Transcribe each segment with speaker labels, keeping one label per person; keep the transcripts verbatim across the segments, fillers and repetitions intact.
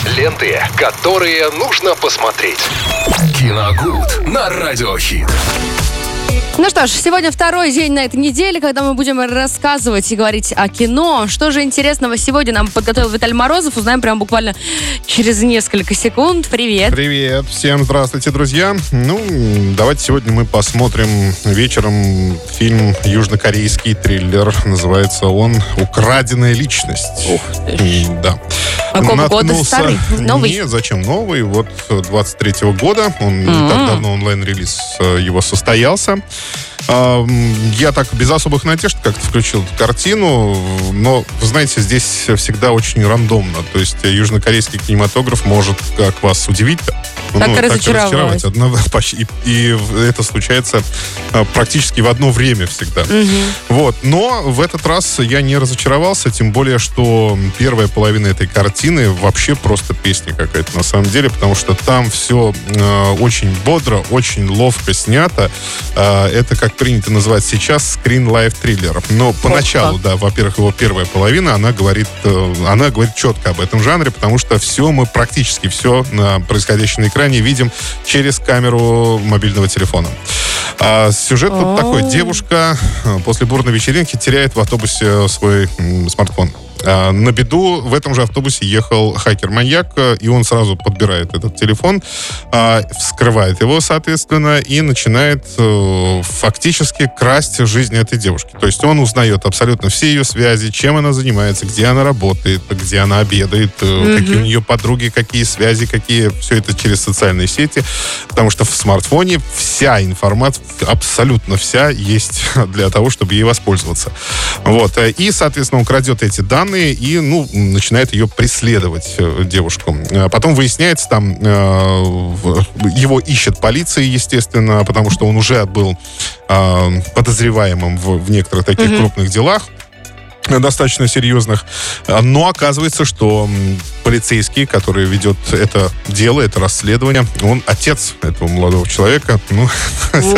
Speaker 1: Ленты, которые нужно посмотреть. Киногуд на Радиохит.
Speaker 2: Ну что ж, сегодня второй день на этой неделе, когда мы будем рассказывать и говорить о кино. Что же интересного сегодня нам подготовил Виталий Морозов, узнаем прямо буквально через несколько секунд. Привет.
Speaker 3: Привет. Всем здравствуйте, друзья. Ну, давайте сегодня мы посмотрим вечером фильм южнокорейский триллер. Называется он «Украденная личность».
Speaker 2: Ух ты.
Speaker 3: Да.
Speaker 2: Какого года? Старый? Новый?
Speaker 3: Нет, зачем новый? Вот двадцать третьего года. Он не
Speaker 2: Mm-hmm.
Speaker 3: так давно онлайн-релиз его состоялся. Я так без особых надежд как-то включил эту картину, но, вы знаете, здесь всегда очень рандомно. То есть южнокорейский кинематограф может как вас удивить,
Speaker 2: так
Speaker 3: ну,
Speaker 2: и разочаровать.
Speaker 3: Одно, и, и это случается практически в одно время всегда.
Speaker 2: Угу.
Speaker 3: Вот. Но в этот раз я не разочаровался, тем более, что первая половина этой картины вообще просто песня какая-то на самом деле, потому что там все э, очень бодро, очень ловко снято. Э, это, как принято называть сейчас, скрин-лайф триллер. Но поначалу, да, во-первых, его первая половина, она говорит, э, она говорит четко об этом жанре, потому что все мы, практически все на происходящее на экране видим через камеру мобильного телефона. А сюжет тут такой. Девушка после бурной вечеринки теряет в автобусе свой м, смартфон. А на беду в этом же автобусе ехал хакер-маньяк, и он сразу подбирает этот телефон, а, вскрывает его, соответственно, и начинает а, фактически красть жизнь этой девушки. То есть он узнает абсолютно все ее связи, чем она занимается, где она работает, где она обедает, mm-hmm. какие у нее подруги, какие связи, какие... Все это через социальные сети, потому что в смартфоне вся информация, абсолютно вся, есть для того, чтобы ей воспользоваться. Вот. И, соответственно, он крадет эти данные и, ну, начинает ее преследовать, девушку. Потом выясняется, там э, его ищет полиция, естественно, потому что он уже был э, подозреваемым в, в некоторых таких mm-hmm. крупных делах, достаточно серьезных. Но оказывается, что полицейский, который ведет это дело, это расследование, он отец этого молодого человека. Ну, это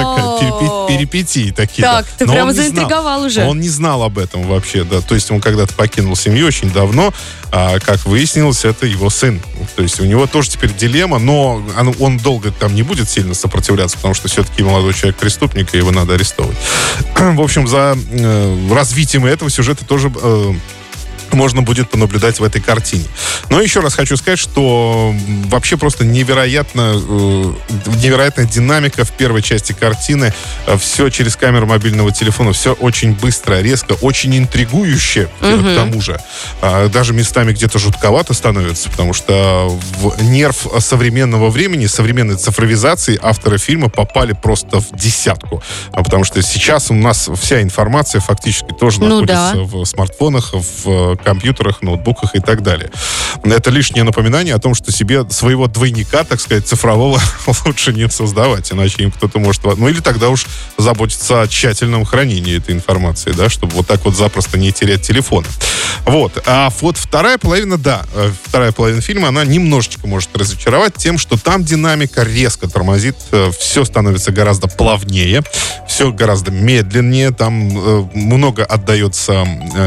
Speaker 3: такая перипетии такие.
Speaker 2: Так, ты прямо заинтриговал уже.
Speaker 3: Он не знал об этом вообще, да. То есть он когда-то покинул семью очень давно, а, как выяснилось, это его сын. То есть у него тоже теперь дилемма, но он, он долго там не будет сильно сопротивляться, потому что все-таки молодой человек преступник, и его надо арестовывать. В общем, за э, развитием этого сюжета тоже э, можно будет понаблюдать в этой картине. Но еще раз хочу сказать, что вообще просто невероятно, э, невероятная динамика в первой части картины. Все через камеру мобильного телефона. Все очень быстро, резко, очень интригующе, mm-hmm. к тому же. А, даже местами где-то жутковато становится, потому что в нерв современного времени, современной цифровизации авторы фильма попали просто в десятку. А, потому что сейчас у нас вся информация фактически тоже ну, находится да. в смартфонах, в компьютерах, ноутбуках и так далее. Это лишнее напоминание о том, что себе своего двойника, так сказать, цифрового лучше не создавать, иначе им кто-то может... Ну или тогда уж заботиться о тщательном хранении этой информации, да, чтобы вот так вот запросто не терять телефоны. Вот. А вот вторая половина, да, вторая половина фильма, она немножечко может разочаровать тем, что там динамика резко тормозит, все становится гораздо плавнее, все гораздо медленнее, там много отдается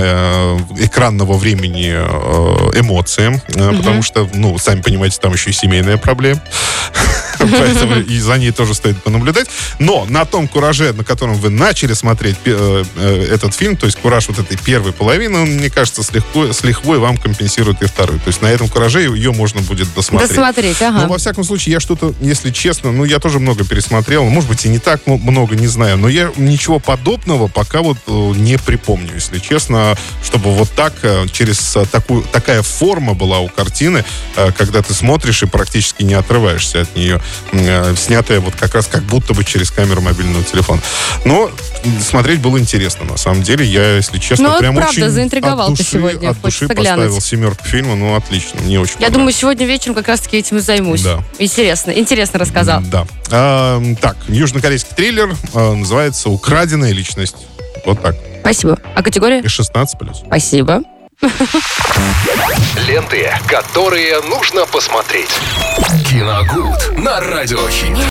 Speaker 3: экранного времени эмоциям, mm-hmm. потому что, ну, сами понимаете, там еще и семейная проблема. Поэтому и за ней тоже стоит понаблюдать. Но на том кураже, на котором вы начали смотреть э, э, этот фильм, то есть кураж вот этой первой половины, он, мне кажется, с лихвой, с лихвой вам компенсирует и вторую. То есть на этом кураже ее можно будет досмотреть.
Speaker 2: Досмотреть, ага.
Speaker 3: Но во всяком случае, я что-то, если честно, ну, я тоже много пересмотрел. Может быть, и не так много, не знаю. Но я ничего подобного пока вот не припомню, если честно, чтобы вот так, через такую, такая форма была у картины, когда ты смотришь и практически не отрываешься от нее. Снятая вот как раз как будто бы через камеру мобильного телефона. Но смотреть было интересно, на самом деле. Я, если честно,
Speaker 2: ну,
Speaker 3: прям
Speaker 2: правда,
Speaker 3: очень
Speaker 2: заинтриговал
Speaker 3: от
Speaker 2: ты
Speaker 3: души,
Speaker 2: сегодня.
Speaker 3: от души поставил семерку фильма. Ну, отлично, мне очень
Speaker 2: Я думаю, сегодня вечером как раз-таки этим и займусь. Да. Интересно, интересно рассказал.
Speaker 3: Да. А, так, южнокорейский триллер а, называется «Украденная личность». Вот так.
Speaker 2: Спасибо. А категория?
Speaker 3: И шестнадцать плюс.
Speaker 2: Спасибо.
Speaker 1: Ленты, которые нужно посмотреть. Киногуд на Радиохит.